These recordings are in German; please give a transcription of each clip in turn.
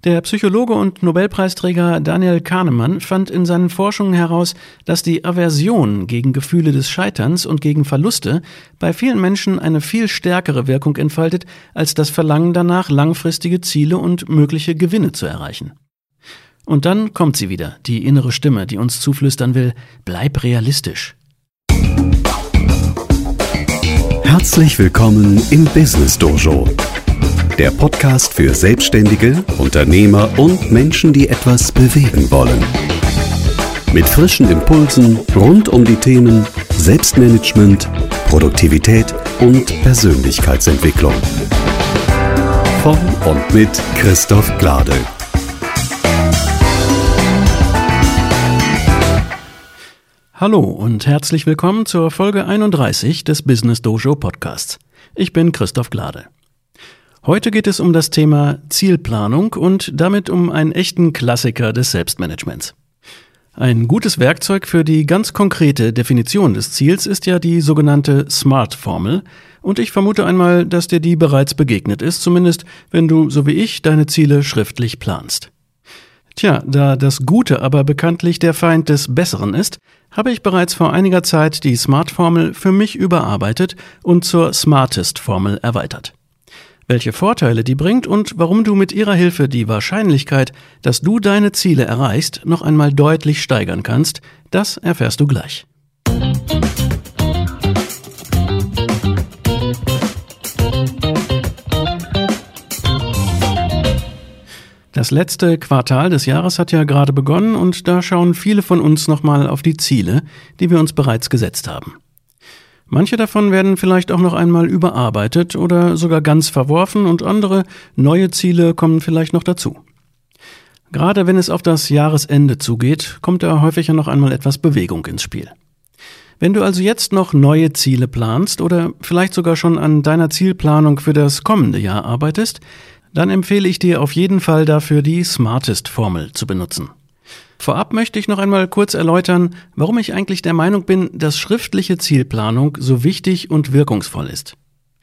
Der Psychologe und Nobelpreisträger Daniel Kahneman fand in seinen Forschungen heraus, dass die Aversion gegen Gefühle des Scheiterns und gegen Verluste bei vielen Menschen eine viel stärkere Wirkung entfaltet, als das Verlangen danach, langfristige Ziele und mögliche Gewinne zu erreichen. Und dann kommt sie wieder, die innere Stimme, die uns zuflüstern will, bleib realistisch. Herzlich willkommen im Business Dojo. Der Podcast für Selbstständige, Unternehmer und Menschen, die etwas bewegen wollen. Mit frischen Impulsen rund um die Themen Selbstmanagement, Produktivität und Persönlichkeitsentwicklung. Von und mit Christoph Glade. Hallo und herzlich willkommen zur Folge 31 des Business Dojo Podcasts. Ich bin Christoph Glade. Heute geht es um das Thema Zielplanung und damit um einen echten Klassiker des Selbstmanagements. Ein gutes Werkzeug für die ganz konkrete Definition des Ziels ist ja die sogenannte SMART-Formel und ich vermute einmal, dass dir die bereits begegnet ist, zumindest wenn du, so wie ich, deine Ziele schriftlich planst. Tja, da das Gute aber bekanntlich der Feind des Besseren ist, habe ich bereits vor einiger Zeit die SMART-Formel für mich überarbeitet und zur Smartest-Formel erweitert. Welche Vorteile die bringt und warum du mit ihrer Hilfe die Wahrscheinlichkeit, dass du deine Ziele erreichst, noch einmal deutlich steigern kannst, das erfährst du gleich. Das letzte Quartal des Jahres hat ja gerade begonnen und da schauen viele von uns nochmal auf die Ziele, die wir uns bereits gesetzt haben. Manche davon werden vielleicht auch noch einmal überarbeitet oder sogar ganz verworfen und andere neue Ziele kommen vielleicht noch dazu. Gerade wenn es auf das Jahresende zugeht, kommt da häufig ja noch einmal etwas Bewegung ins Spiel. Wenn du also jetzt noch neue Ziele planst oder vielleicht sogar schon an deiner Zielplanung für das kommende Jahr arbeitest, dann empfehle ich dir auf jeden Fall dafür die Smartest-Formel zu benutzen. Vorab möchte ich noch einmal kurz erläutern, warum ich eigentlich der Meinung bin, dass schriftliche Zielplanung so wichtig und wirkungsvoll ist.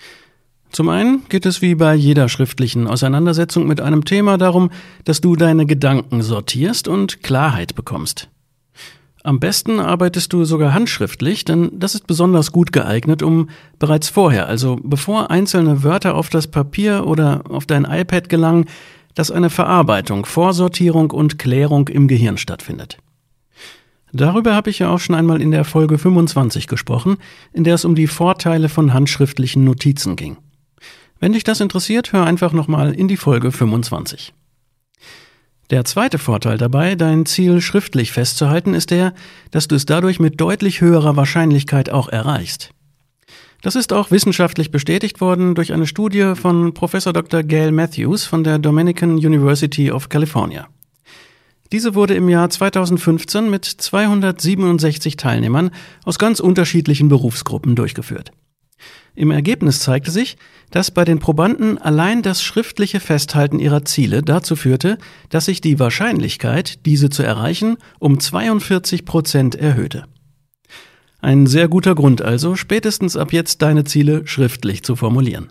Zum einen geht es wie bei jeder schriftlichen Auseinandersetzung mit einem Thema darum, dass du deine Gedanken sortierst und Klarheit bekommst. Am besten arbeitest du sogar handschriftlich, denn das ist besonders gut geeignet, um bereits vorher, also bevor einzelne Wörter auf das Papier oder auf dein iPad gelangen, dass eine Verarbeitung, Vorsortierung und Klärung im Gehirn stattfindet. Darüber habe ich ja auch schon einmal in der Folge 25 gesprochen, in der es um die Vorteile von handschriftlichen Notizen ging. Wenn dich das interessiert, hör einfach nochmal in die Folge 25. Der zweite Vorteil dabei, dein Ziel schriftlich festzuhalten, ist der, dass du es dadurch mit deutlich höherer Wahrscheinlichkeit auch erreichst. Das ist auch wissenschaftlich bestätigt worden durch eine Studie von Professor Dr. Gail Matthews von der Dominican University of California. Diese wurde im Jahr 2015 mit 267 Teilnehmern aus ganz unterschiedlichen Berufsgruppen durchgeführt. Im Ergebnis zeigte sich, dass bei den Probanden allein das schriftliche Festhalten ihrer Ziele dazu führte, dass sich die Wahrscheinlichkeit, diese zu erreichen, um 42% erhöhte. Ein sehr guter Grund also, spätestens ab jetzt deine Ziele schriftlich zu formulieren.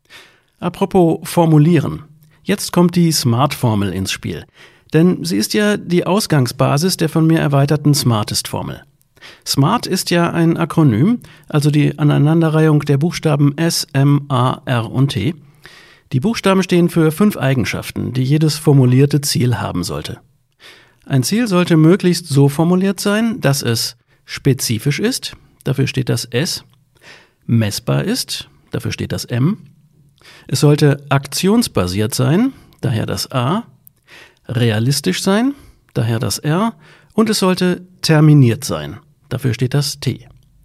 Apropos formulieren. Jetzt kommt die SMART-Formel ins Spiel. Denn sie ist ja die Ausgangsbasis der von mir erweiterten Smartest-Formel. SMART ist ja ein Akronym, also die Aneinanderreihung der Buchstaben S, M, A, R und T. Die Buchstaben stehen für 5 Eigenschaften, die jedes formulierte Ziel haben sollte. Ein Ziel sollte möglichst so formuliert sein, dass es spezifisch ist, dafür steht das S, messbar ist, dafür steht das M, es sollte aktionsbasiert sein, daher das A, realistisch sein, daher das R und es sollte terminiert sein, dafür steht das T.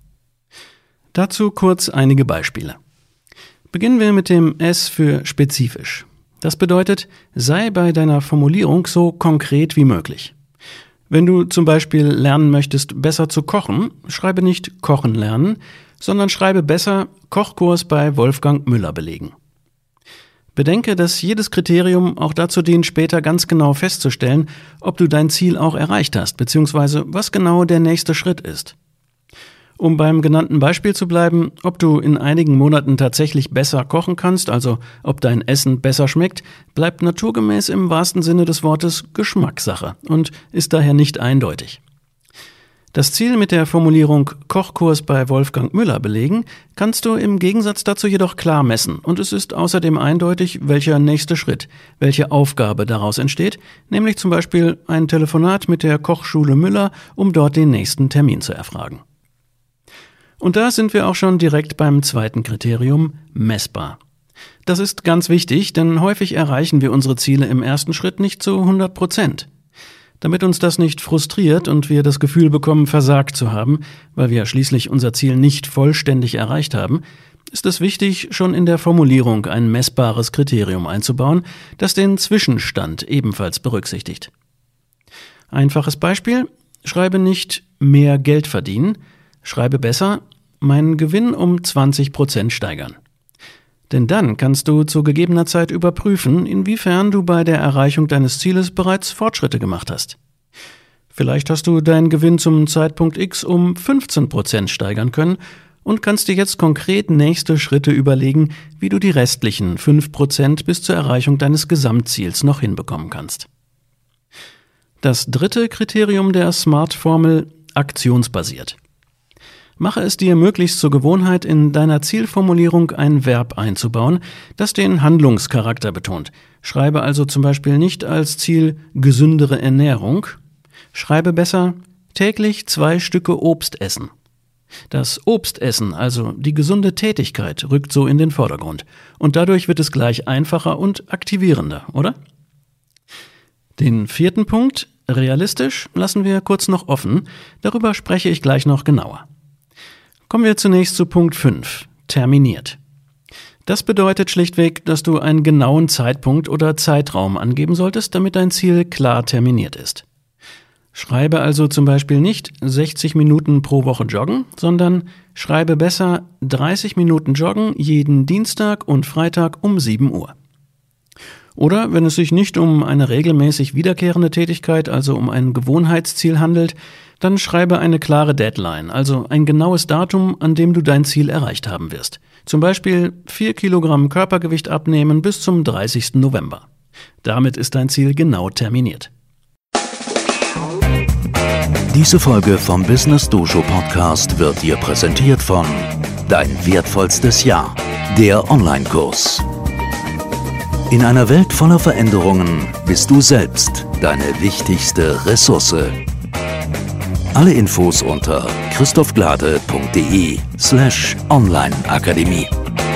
Dazu kurz einige Beispiele. Beginnen wir mit dem S für spezifisch. Das bedeutet, sei bei deiner Formulierung so konkret wie möglich. Wenn du zum Beispiel lernen möchtest, besser zu kochen, schreibe nicht Kochen lernen, sondern schreibe besser Kochkurs bei Wolfgang Müller belegen. Bedenke, dass jedes Kriterium auch dazu dient, später ganz genau festzustellen, ob du dein Ziel auch erreicht hast, beziehungsweise was genau der nächste Schritt ist. Um beim genannten Beispiel zu bleiben, ob du in einigen Monaten tatsächlich besser kochen kannst, also ob dein Essen besser schmeckt, bleibt naturgemäß im wahrsten Sinne des Wortes Geschmackssache und ist daher nicht eindeutig. Das Ziel mit der Formulierung Kochkurs bei Wolfgang Müller belegen, kannst du im Gegensatz dazu jedoch klar messen und es ist außerdem eindeutig, welcher nächste Schritt, welche Aufgabe daraus entsteht, nämlich zum Beispiel ein Telefonat mit der Kochschule Müller, um dort den nächsten Termin zu erfragen. Und da sind wir auch schon direkt beim zweiten Kriterium, messbar. Das ist ganz wichtig, denn häufig erreichen wir unsere Ziele im ersten Schritt nicht zu 100%. Damit uns das nicht frustriert und wir das Gefühl bekommen, versagt zu haben, weil wir schließlich unser Ziel nicht vollständig erreicht haben, ist es wichtig, schon in der Formulierung ein messbares Kriterium einzubauen, das den Zwischenstand ebenfalls berücksichtigt. Einfaches Beispiel: Schreibe nicht mehr Geld verdienen, schreibe besser meinen Gewinn um 20% steigern. Denn dann kannst du zu gegebener Zeit überprüfen, inwiefern du bei der Erreichung deines Zieles bereits Fortschritte gemacht hast. Vielleicht hast du deinen Gewinn zum Zeitpunkt X um 15% steigern können und kannst dir jetzt konkret nächste Schritte überlegen, wie du die restlichen 5% bis zur Erreichung deines Gesamtziels noch hinbekommen kannst. Das dritte Kriterium der SMART-Formel: aktionsbasiert. Mache es dir möglichst zur Gewohnheit, in deiner Zielformulierung ein Verb einzubauen, das den Handlungscharakter betont. Schreibe also zum Beispiel nicht als Ziel gesündere Ernährung. Schreibe besser täglich 2 Stücke Obst essen. Das Obstessen, also die gesunde Tätigkeit, rückt so in den Vordergrund. Und dadurch wird es gleich einfacher und aktivierender, oder? Den vierten Punkt, realistisch, lassen wir kurz noch offen. Darüber spreche ich gleich noch genauer. Kommen wir zunächst zu Punkt 5, terminiert. Das bedeutet schlichtweg, dass du einen genauen Zeitpunkt oder Zeitraum angeben solltest, damit dein Ziel klar terminiert ist. Schreibe also zum Beispiel nicht 60 Minuten pro Woche joggen, sondern schreibe besser 30 Minuten joggen jeden Dienstag und Freitag um 7 Uhr. Oder wenn es sich nicht um eine regelmäßig wiederkehrende Tätigkeit, also um ein Gewohnheitsziel handelt, dann schreibe eine klare Deadline, also ein genaues Datum, an dem du dein Ziel erreicht haben wirst. Zum Beispiel 4 Kilogramm Körpergewicht abnehmen bis zum 30. November. Damit ist dein Ziel genau terminiert. Diese Folge vom Business Dojo Podcast wird dir präsentiert von Dein wertvollstes Jahr, der Online-Kurs. In einer Welt voller Veränderungen bist du selbst deine wichtigste Ressource. Alle Infos unter christophglade.de/Onlineakademie.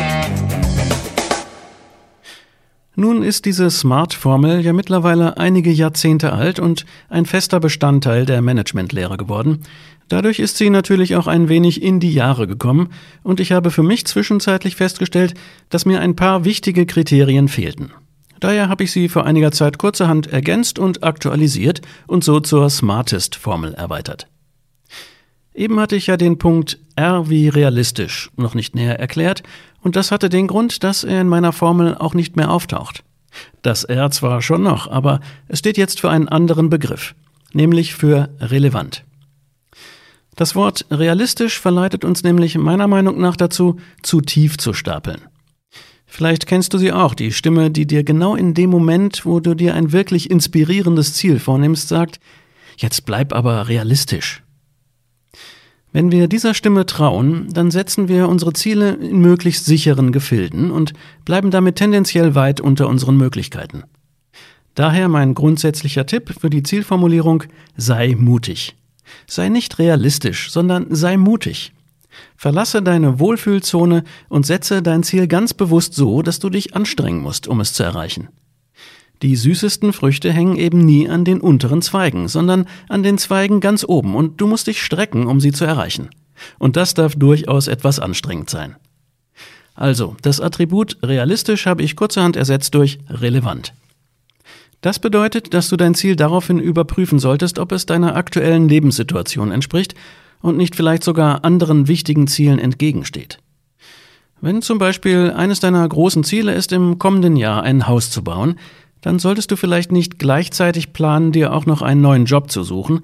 Nun ist diese SMART-Formel ja mittlerweile einige Jahrzehnte alt und ein fester Bestandteil der Managementlehre geworden. Dadurch ist sie natürlich auch ein wenig in die Jahre gekommen und ich habe für mich zwischenzeitlich festgestellt, dass mir ein paar wichtige Kriterien fehlten. Daher habe ich sie vor einiger Zeit kurzerhand ergänzt und aktualisiert und so zur Smartest-Formel erweitert. Eben hatte ich ja den Punkt R wie realistisch noch nicht näher erklärt und das hatte den Grund, dass er in meiner Formel auch nicht mehr auftaucht. Das R zwar schon noch, aber es steht jetzt für einen anderen Begriff, nämlich für relevant. Das Wort realistisch verleitet uns nämlich meiner Meinung nach dazu, zu tief zu stapeln. Vielleicht kennst du sie auch, die Stimme, die dir genau in dem Moment, wo du dir ein wirklich inspirierendes Ziel vornimmst, sagt, jetzt bleib aber realistisch. Wenn wir dieser Stimme trauen, dann setzen wir unsere Ziele in möglichst sicheren Gefilden und bleiben damit tendenziell weit unter unseren Möglichkeiten. Daher mein grundsätzlicher Tipp für die Zielformulierung: sei mutig. Sei nicht realistisch, sondern sei mutig. Verlasse deine Wohlfühlzone und setze dein Ziel ganz bewusst so, dass du dich anstrengen musst, um es zu erreichen. Die süßesten Früchte hängen eben nie an den unteren Zweigen, sondern an den Zweigen ganz oben und du musst dich strecken, um sie zu erreichen. Und das darf durchaus etwas anstrengend sein. Also, das Attribut realistisch habe ich kurzerhand ersetzt durch relevant. Das bedeutet, dass du dein Ziel daraufhin überprüfen solltest, ob es deiner aktuellen Lebenssituation entspricht und nicht vielleicht sogar anderen wichtigen Zielen entgegensteht. Wenn zum Beispiel eines deiner großen Ziele ist, im kommenden Jahr ein Haus zu bauen, dann solltest du vielleicht nicht gleichzeitig planen, dir auch noch einen neuen Job zu suchen,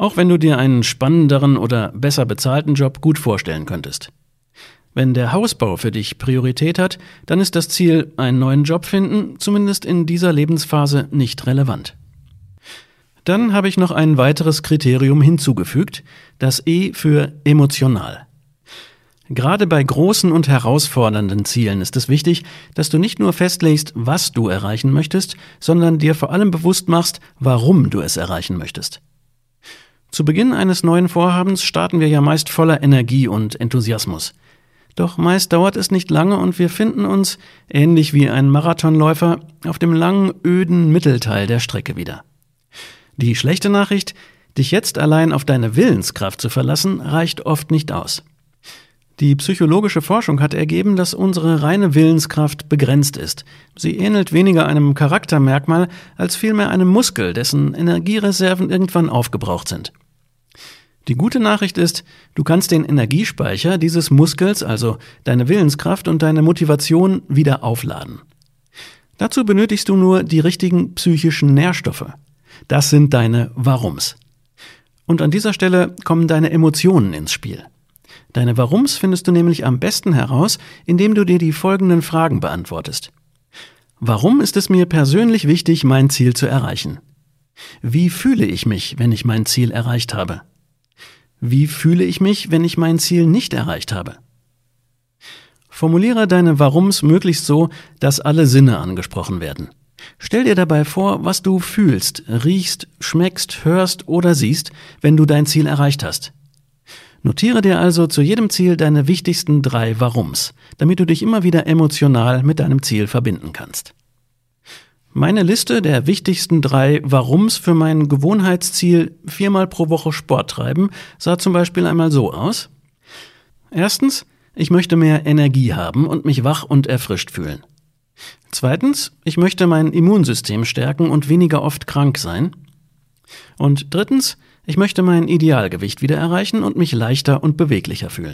Auch wenn du dir einen spannenderen oder besser bezahlten Job gut vorstellen könntest. Wenn der Hausbau für dich Priorität hat, dann ist das Ziel, einen neuen Job finden, zumindest in dieser Lebensphase nicht relevant. Dann habe ich noch ein weiteres Kriterium hinzugefügt, das E für emotional. Gerade bei großen und herausfordernden Zielen ist es wichtig, dass du nicht nur festlegst, was du erreichen möchtest, sondern dir vor allem bewusst machst, warum du es erreichen möchtest. Zu Beginn eines neuen Vorhabens starten wir ja meist voller Energie und Enthusiasmus. Doch meist dauert es nicht lange und wir finden uns, ähnlich wie ein Marathonläufer, auf dem langen, öden Mittelteil der Strecke wieder. Die schlechte Nachricht, dich jetzt allein auf deine Willenskraft zu verlassen, reicht oft nicht aus. Die psychologische Forschung hat ergeben, dass unsere reine Willenskraft begrenzt ist. Sie ähnelt weniger einem Charaktermerkmal als vielmehr einem Muskel, dessen Energiereserven irgendwann aufgebraucht sind. Die gute Nachricht ist, du kannst den Energiespeicher dieses Muskels, also deine Willenskraft und deine Motivation, wieder aufladen. Dazu benötigst du nur die richtigen psychischen Nährstoffe. Das sind deine Warums. Und an dieser Stelle kommen deine Emotionen ins Spiel. Deine Warums findest du nämlich am besten heraus, indem du dir die folgenden Fragen beantwortest. Warum ist es mir persönlich wichtig, mein Ziel zu erreichen? Wie fühle ich mich, wenn ich mein Ziel erreicht habe? Wie fühle ich mich, wenn ich mein Ziel nicht erreicht habe? Formuliere deine Warums möglichst so, dass alle Sinne angesprochen werden. Stell dir dabei vor, was du fühlst, riechst, schmeckst, hörst oder siehst, wenn du dein Ziel erreicht hast. Notiere dir also zu jedem Ziel deine wichtigsten 3 Warums, damit du dich immer wieder emotional mit deinem Ziel verbinden kannst. Meine Liste der wichtigsten 3 Warums für mein Gewohnheitsziel 4-mal pro Woche Sport treiben sah zum Beispiel einmal so aus. Erstens, ich möchte mehr Energie haben und mich wach und erfrischt fühlen. Zweitens, ich möchte mein Immunsystem stärken und weniger oft krank sein. Und drittens, ich möchte mein Idealgewicht wieder erreichen und mich leichter und beweglicher fühlen.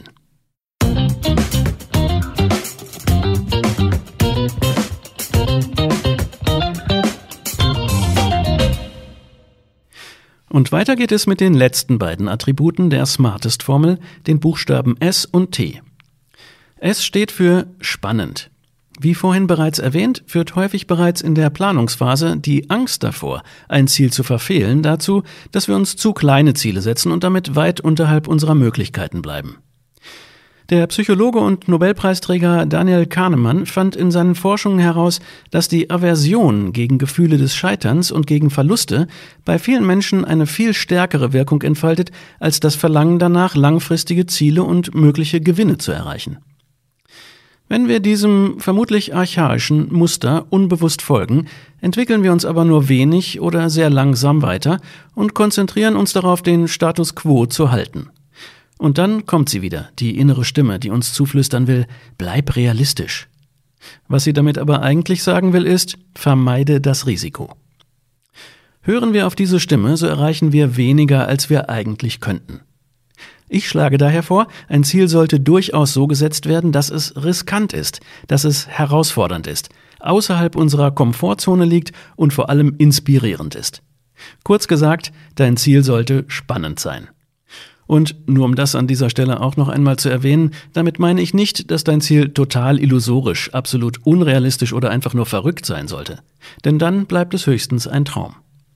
Und weiter geht es mit den letzten beiden Attributen der Smartest-Formel, den Buchstaben S und T. S steht für spannend. Wie vorhin bereits erwähnt, führt häufig bereits in der Planungsphase die Angst davor, ein Ziel zu verfehlen, dazu, dass wir uns zu kleine Ziele setzen und damit weit unterhalb unserer Möglichkeiten bleiben. Der Psychologe und Nobelpreisträger Daniel Kahneman fand in seinen Forschungen heraus, dass die Aversion gegen Gefühle des Scheiterns und gegen Verluste bei vielen Menschen eine viel stärkere Wirkung entfaltet, als das Verlangen danach, langfristige Ziele und mögliche Gewinne zu erreichen. Wenn wir diesem vermutlich archaischen Muster unbewusst folgen, entwickeln wir uns aber nur wenig oder sehr langsam weiter und konzentrieren uns darauf, den Status quo zu halten. Und dann kommt sie wieder, die innere Stimme, die uns zuflüstern will, bleib realistisch. Was sie damit aber eigentlich sagen will, ist, vermeide das Risiko. Hören wir auf diese Stimme, so erreichen wir weniger, als wir eigentlich könnten. Ich schlage daher vor, ein Ziel sollte durchaus so gesetzt werden, dass es riskant ist, dass es herausfordernd ist, außerhalb unserer Komfortzone liegt und vor allem inspirierend ist. Kurz gesagt, dein Ziel sollte spannend sein. Und nur um das an dieser Stelle auch noch einmal zu erwähnen, damit meine ich nicht, dass dein Ziel total illusorisch, absolut unrealistisch oder einfach nur verrückt sein sollte. Denn dann bleibt es höchstens ein Traum.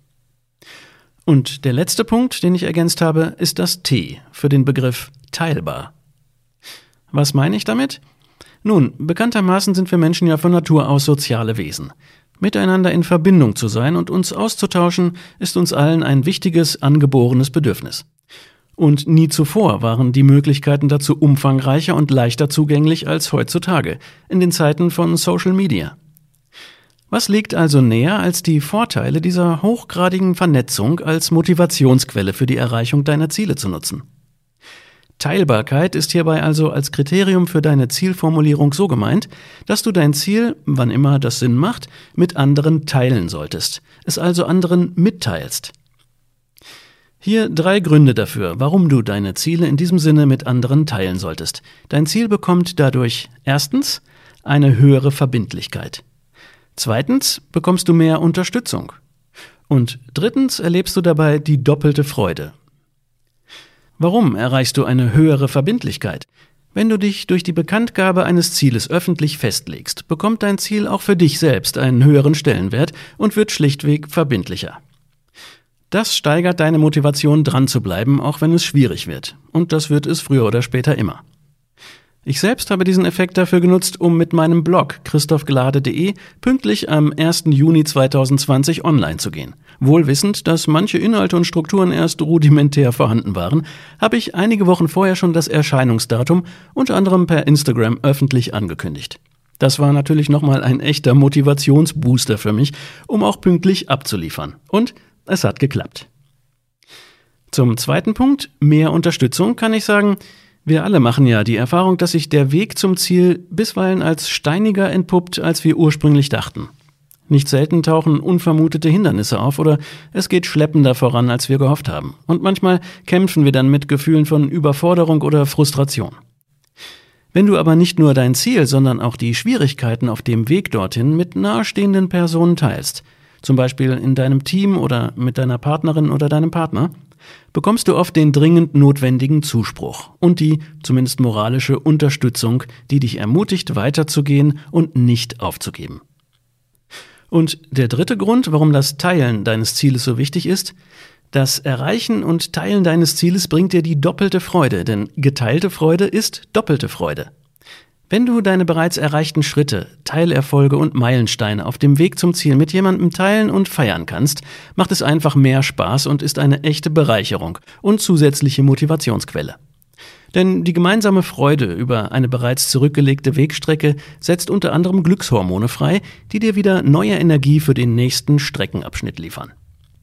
Und der letzte Punkt, den ich ergänzt habe, ist das T für den Begriff teilbar. Was meine ich damit? Nun, bekanntermaßen sind wir Menschen ja von Natur aus soziale Wesen. Miteinander in Verbindung zu sein und uns auszutauschen, ist uns allen ein wichtiges, angeborenes Bedürfnis. Und nie zuvor waren die Möglichkeiten dazu umfangreicher und leichter zugänglich als heutzutage, in den Zeiten von Social Media. Was liegt also näher, als die Vorteile dieser hochgradigen Vernetzung als Motivationsquelle für die Erreichung deiner Ziele zu nutzen? Teilbarkeit ist hierbei also als Kriterium für deine Zielformulierung so gemeint, dass du dein Ziel, wann immer das Sinn macht, mit anderen teilen solltest, es also anderen mitteilst. Hier 3 Gründe dafür, warum du deine Ziele in diesem Sinne mit anderen teilen solltest. Dein Ziel bekommt dadurch erstens eine höhere Verbindlichkeit. Zweitens bekommst du mehr Unterstützung. Und drittens erlebst du dabei die doppelte Freude. Warum erreichst du eine höhere Verbindlichkeit? Wenn du dich durch die Bekanntgabe eines Zieles öffentlich festlegst, bekommt dein Ziel auch für dich selbst einen höheren Stellenwert und wird schlichtweg verbindlicher. Das steigert deine Motivation, dran zu bleiben, auch wenn es schwierig wird. Und das wird es früher oder später immer. Ich selbst habe diesen Effekt dafür genutzt, um mit meinem Blog christophglade.de pünktlich am 1. Juni 2020 online zu gehen. Wohl wissend, dass manche Inhalte und Strukturen erst rudimentär vorhanden waren, habe ich einige Wochen vorher schon das Erscheinungsdatum unter anderem per Instagram öffentlich angekündigt. Das war natürlich nochmal ein echter Motivationsbooster für mich, um auch pünktlich abzuliefern. Und es hat geklappt. Zum zweiten Punkt, mehr Unterstützung, kann ich sagen, wir alle machen ja die Erfahrung, dass sich der Weg zum Ziel bisweilen als steiniger entpuppt, als wir ursprünglich dachten. Nicht selten tauchen unvermutete Hindernisse auf oder es geht schleppender voran, als wir gehofft haben. Und manchmal kämpfen wir dann mit Gefühlen von Überforderung oder Frustration. Wenn du aber nicht nur dein Ziel, sondern auch die Schwierigkeiten auf dem Weg dorthin mit nahestehenden Personen teilst, zum Beispiel in deinem Team oder mit deiner Partnerin oder deinem Partner, bekommst du oft den dringend notwendigen Zuspruch und die, zumindest moralische Unterstützung, die dich ermutigt, weiterzugehen und nicht aufzugeben. Und der dritte Grund, warum das Teilen deines Zieles so wichtig ist: Das Erreichen und Teilen deines Zieles bringt dir die doppelte Freude, denn geteilte Freude ist doppelte Freude. Wenn du deine bereits erreichten Schritte, Teilerfolge und Meilensteine auf dem Weg zum Ziel mit jemandem teilen und feiern kannst, macht es einfach mehr Spaß und ist eine echte Bereicherung und zusätzliche Motivationsquelle. Denn die gemeinsame Freude über eine bereits zurückgelegte Wegstrecke setzt unter anderem Glückshormone frei, die dir wieder neue Energie für den nächsten Streckenabschnitt liefern.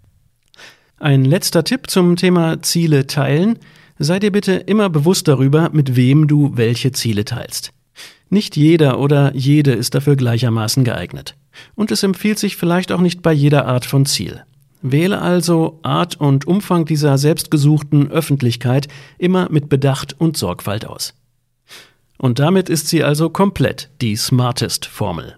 Ein letzter Tipp zum Thema Ziele teilen: Sei dir bitte immer bewusst darüber, mit wem du welche Ziele teilst. Nicht jeder oder jede ist dafür gleichermaßen geeignet. Und es empfiehlt sich vielleicht auch nicht bei jeder Art von Ziel. Wähle also Art und Umfang dieser selbstgesuchten Öffentlichkeit immer mit Bedacht und Sorgfalt aus. Und damit ist sie also komplett, die Smartest-Formel.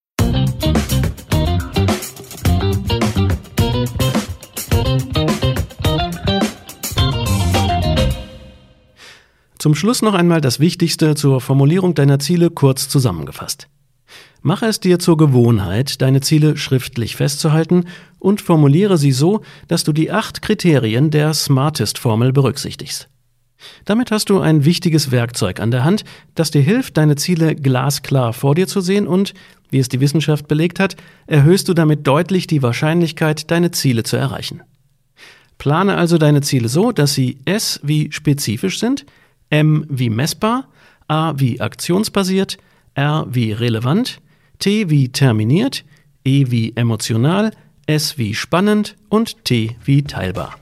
Zum Schluss noch einmal das Wichtigste zur Formulierung deiner Ziele kurz zusammengefasst. Mache es dir zur Gewohnheit, deine Ziele schriftlich festzuhalten und formuliere sie so, dass du die 8 Kriterien der Smartest-Formel berücksichtigst. Damit hast du ein wichtiges Werkzeug an der Hand, das dir hilft, deine Ziele glasklar vor dir zu sehen und, wie es die Wissenschaft belegt hat, erhöhst du damit deutlich die Wahrscheinlichkeit, deine Ziele zu erreichen. Plane also deine Ziele so, dass sie S wie spezifisch sind, M wie messbar, A wie aktionsbasiert, R wie relevant, T wie terminiert, E wie emotional, S wie spannend und T wie teilbar.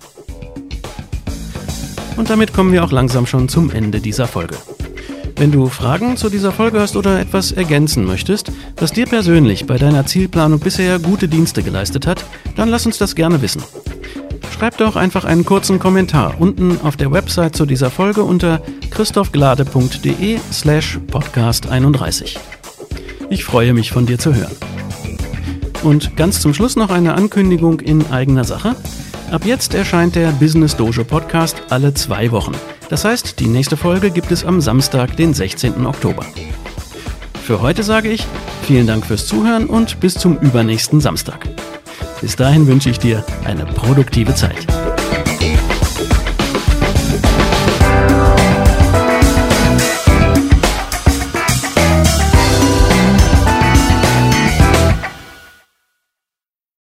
Und damit kommen wir auch langsam schon zum Ende dieser Folge. Wenn du Fragen zu dieser Folge hast oder etwas ergänzen möchtest, was dir persönlich bei deiner Zielplanung bisher gute Dienste geleistet hat, dann lass uns das gerne wissen. Schreib doch einfach einen kurzen Kommentar unten auf der Website zu dieser Folge unter christophglade.de/podcast31. Ich freue mich, von dir zu hören. Und ganz zum Schluss noch eine Ankündigung in eigener Sache. Ab jetzt erscheint der Business Dojo Podcast alle 2 Wochen. Das heißt, die nächste Folge gibt es am Samstag, den 16. Oktober. Für heute sage ich vielen Dank fürs Zuhören und bis zum übernächsten Samstag. Bis dahin wünsche ich dir eine produktive Zeit.